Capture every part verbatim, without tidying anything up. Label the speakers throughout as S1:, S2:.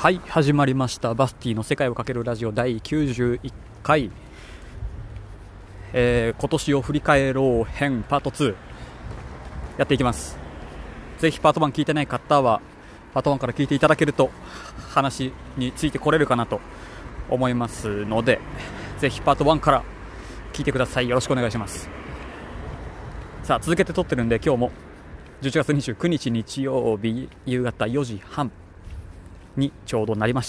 S1: はい、始まりました。バスティの世界をかけるラジオだいきゅうじゅういっかい、えー、今年を振り返ろう編パートツーやっていきます。ぜひパートワン聞いてない方はパートワンから聞いていただけると話についてこれるかなと思いますので、ぜひパートワンから聞いてください。よろしくお願いします。さあ、続けて撮ってるんで、今日もじゅういちがつにじゅうくにち日曜日夕方よじはんにちょうどなりました。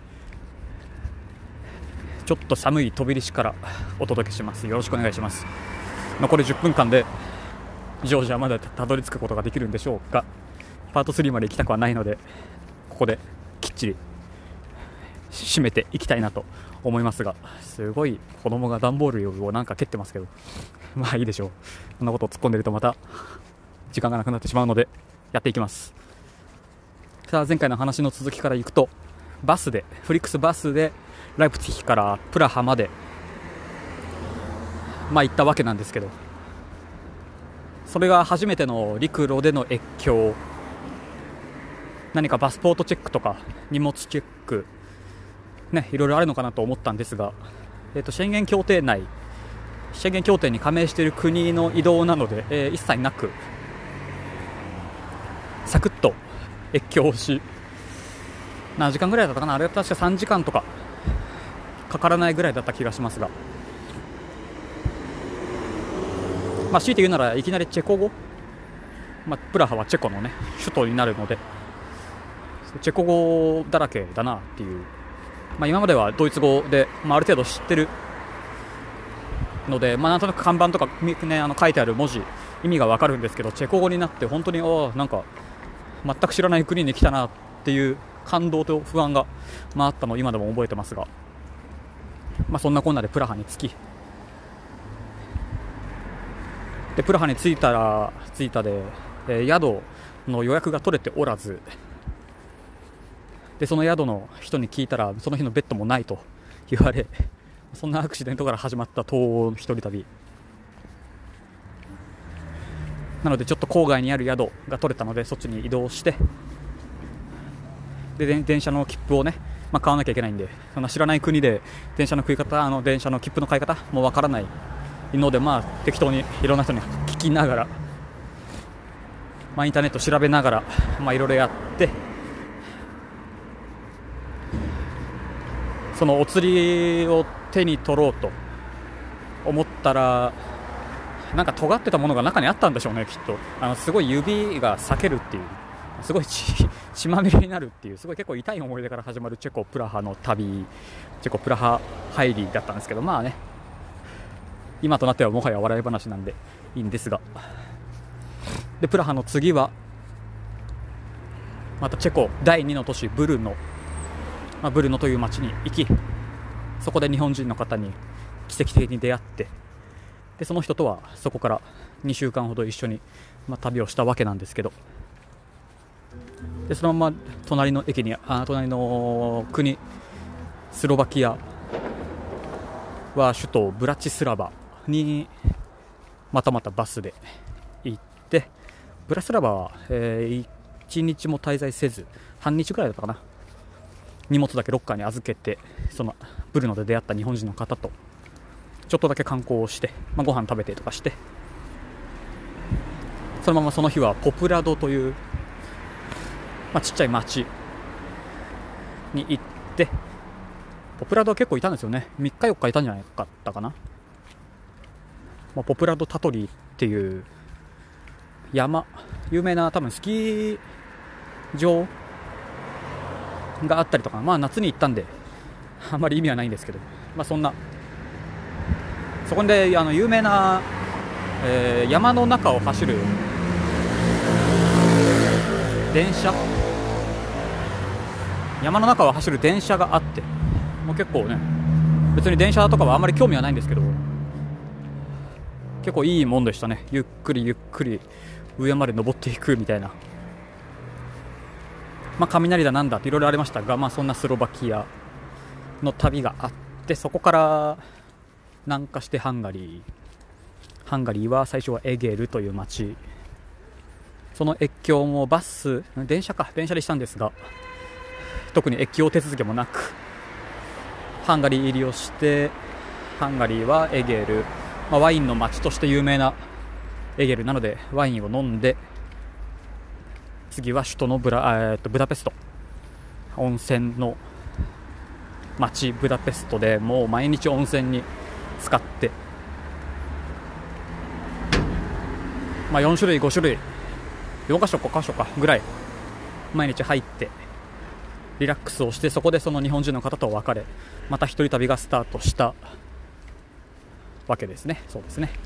S1: ちょっと寒い飛び石からお届けします。よろしくお願いします。残りじゅっぷんかんでジョージアまでたどり着くことができるんでしょうか。パートスリーまで行きたくはないので、ここできっちり締めていきたいなと思いますが、すごい子供が段ボールをなんか蹴ってますけど、まあいいでしょう。こんなことを突っ込んでるとまた時間がなくなってしまうのでやっていきます。さあ、前回の話の続きからいくと、バスでフリックスバスでライプツィヒからプラハまでまあ行ったわけなんですけど、それが初めての陸路での越境、何かパスポートチェックとか荷物チェックね、いろいろあるのかなと思ったんですが、えーと、シェンゲン協定内シェンゲン協定に加盟している国の移動なので、えー、一切なくサクッと越境し、何時間ぐらいだったかな、あれは確かさんじかんとかかからないぐらいだった気がしますが、まあ強いて言うならいきなりチェコ語、まあ、プラハはチェコのね首都になるのでチェコ語だらけだなっていう、まあ、今まではドイツ語で、まあ、ある程度知ってるので、まあ、なんとなく看板とか、ね、あの書いてある文字意味が分かるんですけど、チェコ語になって本当におなんか全く知らない国に来たなっていう感動と不安が、まあ、あったのを今でも覚えてますが、まあ、そんなこんなでプラハに着き、でプラハに着いたら着いたで、えー、宿の予約が取れておらず、でその宿の人に聞いたらその日のベッドもないと言われ、そんなアクシデントから始まった東欧の一人旅なので、ちょっと郊外にある宿が取れたのでそっちに移動して、で電車の切符をね、まあ、買わなきゃいけないんで、そんな知らない国で電車の食い方、あの電車の切符の買い方もわからないので、まあ適当にいろんな人に聞きながら、まあ、インターネット調べながら、まあ、いろいろやって、そのお釣りを手に取ろうと思ったら、なんか尖ってたものが中にあったんでしょうね、きっと。あのすごい指が裂けるっていう、すごい 血, 血まみれになるっていう、すごい結構痛い思い出から始まるチェコプラハの旅、チェコプラハ入りだったんですけど、まあね、今となってはもはや笑い話なんでいいんですが、でプラハの次はまたチェコだいにの都市ブルノ、まあ、ブルノという町に行き、そこで日本人の方に奇跡的に出会って、でその人とはそこからにしゅうかんほど一緒に、まあ、旅をしたわけなんですけど、でそのまま隣の駅にあ隣の国スロバキアは首都ブラチスラバにまたまたバスで行って、ブラスラバは、えー、いちにちも滞在せず半日ぐらいだったかな、荷物だけロッカーに預けて、そのブルノで出会った日本人の方とちょっとだけ観光をして、まあ、ご飯食べてとかして、そのままその日はポプラドという、まあ、ちっちゃい町に行って、ポプラドは結構いたんですよね。みっかよっかいたんじゃないかったかな、まあ、ポプラドタトリーっていう山、有名な多分スキー場があったりとか、まあ夏に行ったんであんまり意味はないんですけど、まあそんなそこであの有名な、えー、山の中を走る電車山の中を走る電車があって、もう結構ね、別に電車とかはあんまり興味はないんですけど、結構いいもんでしたね。ゆっくりゆっくり上まで登っていくみたいな、まあ雷だなんだっていろいろありましたが、まあそんなスロバキアの旅があって、そこから南下してハンガリーハンガリーは最初はエゲルという町、その越境もバス電車か電車でしたんですが、 特に越境手続きもなくハンガリー入りをして、ハンガリーはエゲル、まあ、ワインの街として有名なエゲルなのでワインを飲んで、次は首都のブラ、えー、とブダペスト、温泉の街ブダペストでもう毎日温泉に使って、まあ、よん種類ご種類よんかしょごかしょかぐらい毎日入ってリラックスをして、そこでその日本人の方と別れ、また一人旅がスタートしたわけですね。そうですね。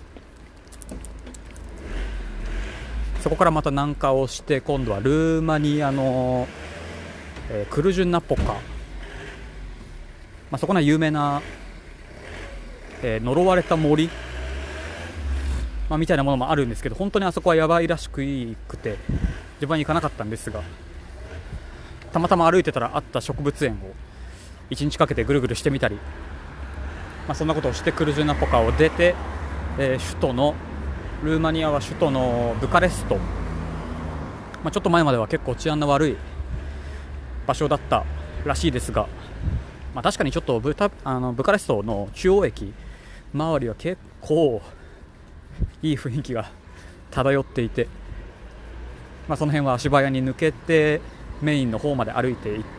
S1: そこからまた南下をして、今度はルーマニアの、えー、クルジュナポカ、まあ、そこの有名な、えー、呪われた森、まあ、みたいなものもあるんですけど、本当にあそこはやばいらしくくて自分は行かなかったんですが、たまたま歩いてたらあった植物園をいちにちかけてぐるぐるしてみたり、まあ、そんなことをしてクルジュナポカを出て、えー、首都のルーマニアは首都のブカレスト、まあ、ちょっと前までは結構治安の悪い場所だったらしいですが、まあ、確かにちょっと ブ, タあのブカレストの中央駅周りは結構いい雰囲気が漂っていて、まあ、その辺は足早に抜けてメインの方まで歩いていって、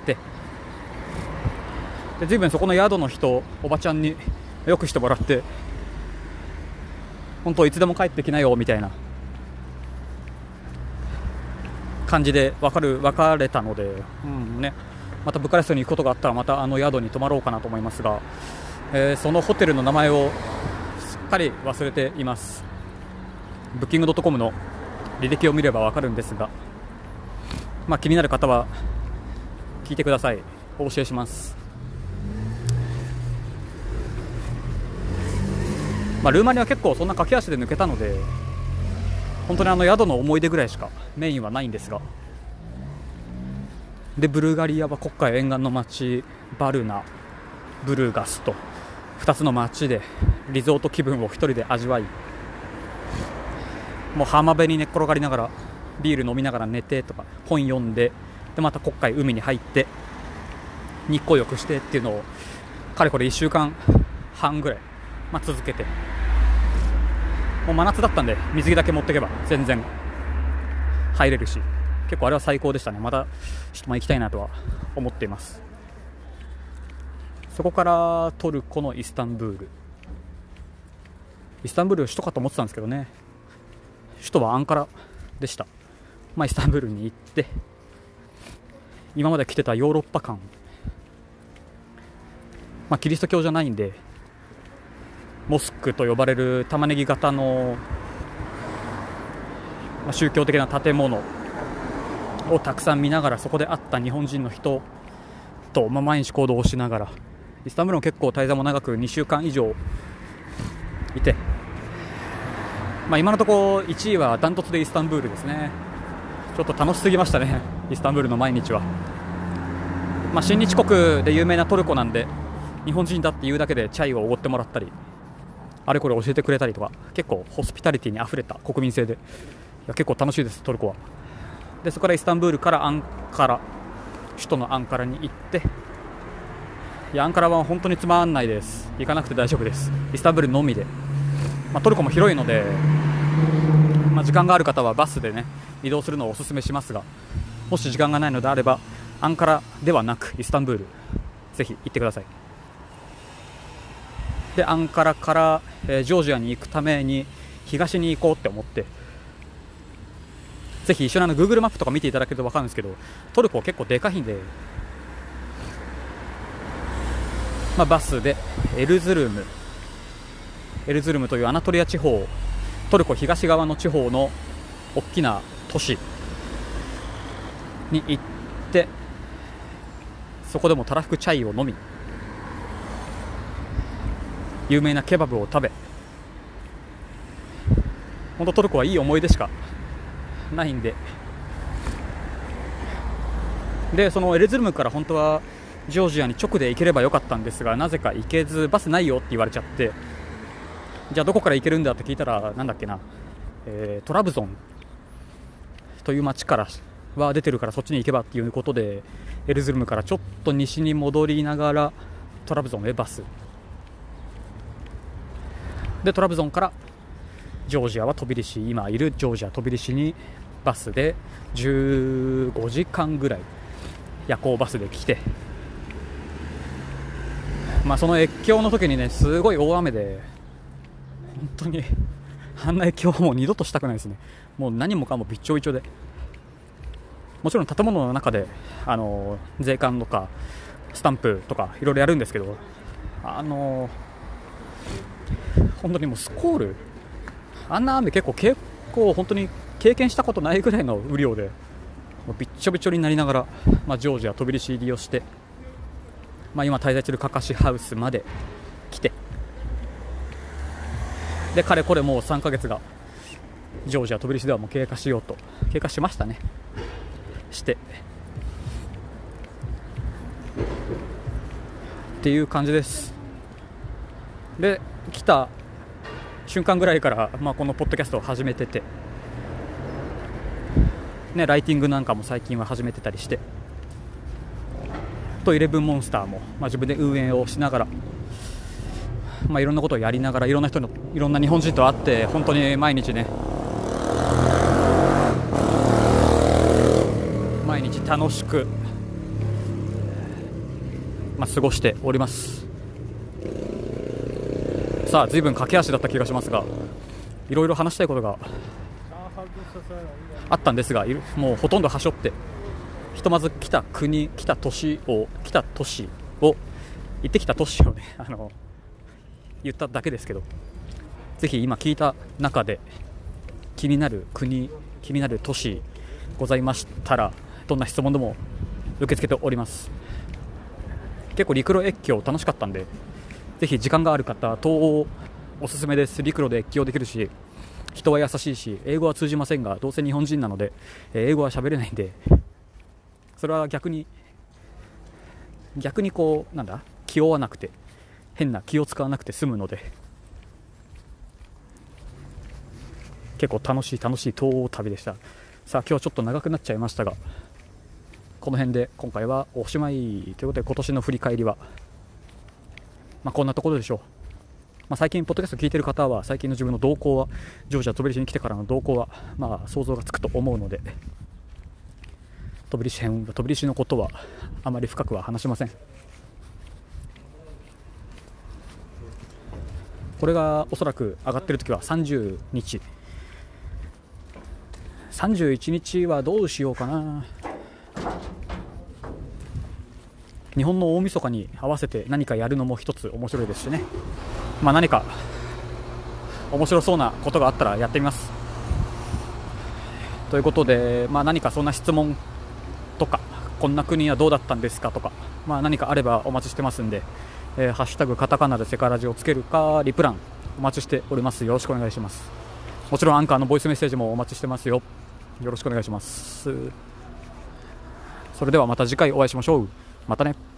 S1: で随分そこの宿の人、おばちゃんによくしてもらって、本当いつでも帰ってきなよみたいな感じで別る別れたので、うんね、またブカレストに行くことがあったらまたあの宿に泊まろうかなと思いますが、えー、そのホテルの名前をすっかり忘れています。ブッキングドットコムの履歴を見れば分かるんですが、まあ、気になる方は聞いてください。お教えします。まあ、ルーマニアは結構そんな駆け足で抜けたので、本当にあの宿の思い出ぐらいしかメインはないんですが、でブルガリアは黒海沿岸の町バルナ、ブルガスとふたつの町でリゾート気分を一人で味わい、もう浜辺に寝っ転がりながらビール飲みながら寝てとか本読んで、でまた黒海海に入って日光浴してっていうのをかれこれいっしゅうかんはんぐらい、まあ、続けて、もう真夏だったんで水着だけ持っていけば全然入れるし、結構あれは最高でしたね。またちょっと行きたいなとは思っています。そこからトルコのイスタンブール、イスタンブール首都かと思ってたんですけどね、首都はアンカラでした。まあ、イスタンブールに行って、今まで来てたヨーロッパ感、まあ、キリスト教じゃないんでモスクと呼ばれる玉ねぎ型の、まあ、宗教的な建物をたくさん見ながら、そこで会った日本人の人と、まあ、毎日行動をしながら、イスタンブールも結構滞在も長くにしゅうかん以上いて、まあ、今のところいちいはダントツでイスタンブールですね。ちょっと楽しすぎましたね、イスタンブールの毎日は。まあ、親日国で有名なトルコなんで、日本人だっていうだけでチャイをおごってもらったり、あれこれ教えてくれたりとか、結構ホスピタリティにあふれた国民性で、いや結構楽しいです、トルコは。でそこからイスタンブールからアンカラ、首都のアンカラに行って、いやアンカラは本当につまんないです。行かなくて大丈夫です。イスタンブールのみで、まあ、トルコも広いので、まあ、時間がある方はバスでね移動するのをお勧めしますが、もし時間がないのであればアンカラではなくイスタンブールぜひ行ってください。でアンカラから、えー、ジョージアに行くために東に行こうって思って、ぜひ一緒にあの Google マップとか見ていただけると分かるんですけど、トルコ結構でかいんで、まあ、バスでエルズルムエルズルムというアナトリア地方、トルコ東側の地方の大きな都市に行って、そこでもたらふくチャイを飲み、有名なケバブを食べ、本当トルコはいい思い出しかないんで、でそのエルズルムから本当はジョージアに直で行ければよかったんですが、なぜか行けず、バスないよって言われちゃって、じゃあどこから行けるんだって聞いたら、なんだっけな、えー、トラブゾンという町からは出てるからそっちに行けばっていうことで、エルズルムからちょっと西に戻りながらトラブゾンへバスで、トラブゾンからジョージアはトビリシ、今いるジョージアトビリシにバスでじゅうごじかんぐらい夜行バスで来て、まあ、その越境の時にね、すごい大雨で、本当にあんな越境はもう二度としたくないですね。もう何もかもびっちょびちょで、もちろん建物の中であの税関とかスタンプとかいろいろやるんですけど、あの本当にもうスコール、あんな雨結構結構本当に経験したことないぐらいの雨量で、もうびっちょびちょになりながら、まあ、ジョージアトビリシ入りをして、まあ、今滞在しているカカシハウスまで来て、でかれこれもうさんかげつがジョージアトビリシではもう経過しようと経過しましたね。してっていう感じです。で来た瞬間ぐらいから、まあ、このポッドキャストを始めてて、ね、ライティングなんかも最近は始めてたりして、とイレブンモンスターも、まあ、自分で運営をしながら、まあ、いろんなことをやりながら、いろんな人のいろんな日本人と会って、本当に毎日ね毎日楽しく、まあ、過ごしております。さあ随分駆け足だった気がしますが、いろいろ話したいことがあったんですが、もうほとんどはしょって、ひとまず来た国来た都市を来た都市を行ってきた都市をねあの言っただけですけど、ぜひ今聞いた中で気になる国、気になる都市ございましたら、どんな質問でも受け付けております。結構陸路越境楽しかったんで、ぜひ時間がある方、東欧おすすめです。陸路で越境できるし、人は優しいし、英語は通じませんが、どうせ日本人なので英語は喋れないんで、それは逆に逆にこうなんだ気負わなくて、変な気を使わなくて済むので、結構楽しい楽しい東欧旅でした。さあ今日はちょっと長くなっちゃいましたが、この辺で今回はおしまいということで、今年の振り返りは、まあ、こんなところでしょう。まあ、最近ポッドキャスト聞いてる方は、最近の自分の動向は、ジョージアトビリシに来てからの動向は、まあ、想像がつくと思うので、トビリシ編トビリシのことはあまり深くは話しません。これがおそらく上がってるときはさんじゅうにち、さんじゅういちにちはどうしようかな。日本の大晦日に合わせて何かやるのも一つ面白いですしね。まあ、何か面白そうなことがあったらやってみます。ということで、まあ、何かそんな質問とか、こんな国はどうだったんですかとか、まあ、何かあればお待ちしてますんで、えー、ハッシュタグカタカナでセカラジをつけるか、リプランお待ちしております。よろしくお願いします。もちろんアンカーのボイスメッセージもお待ちしてますよ。よろしくお願いします。それではまた次回お会いしましょう。またね。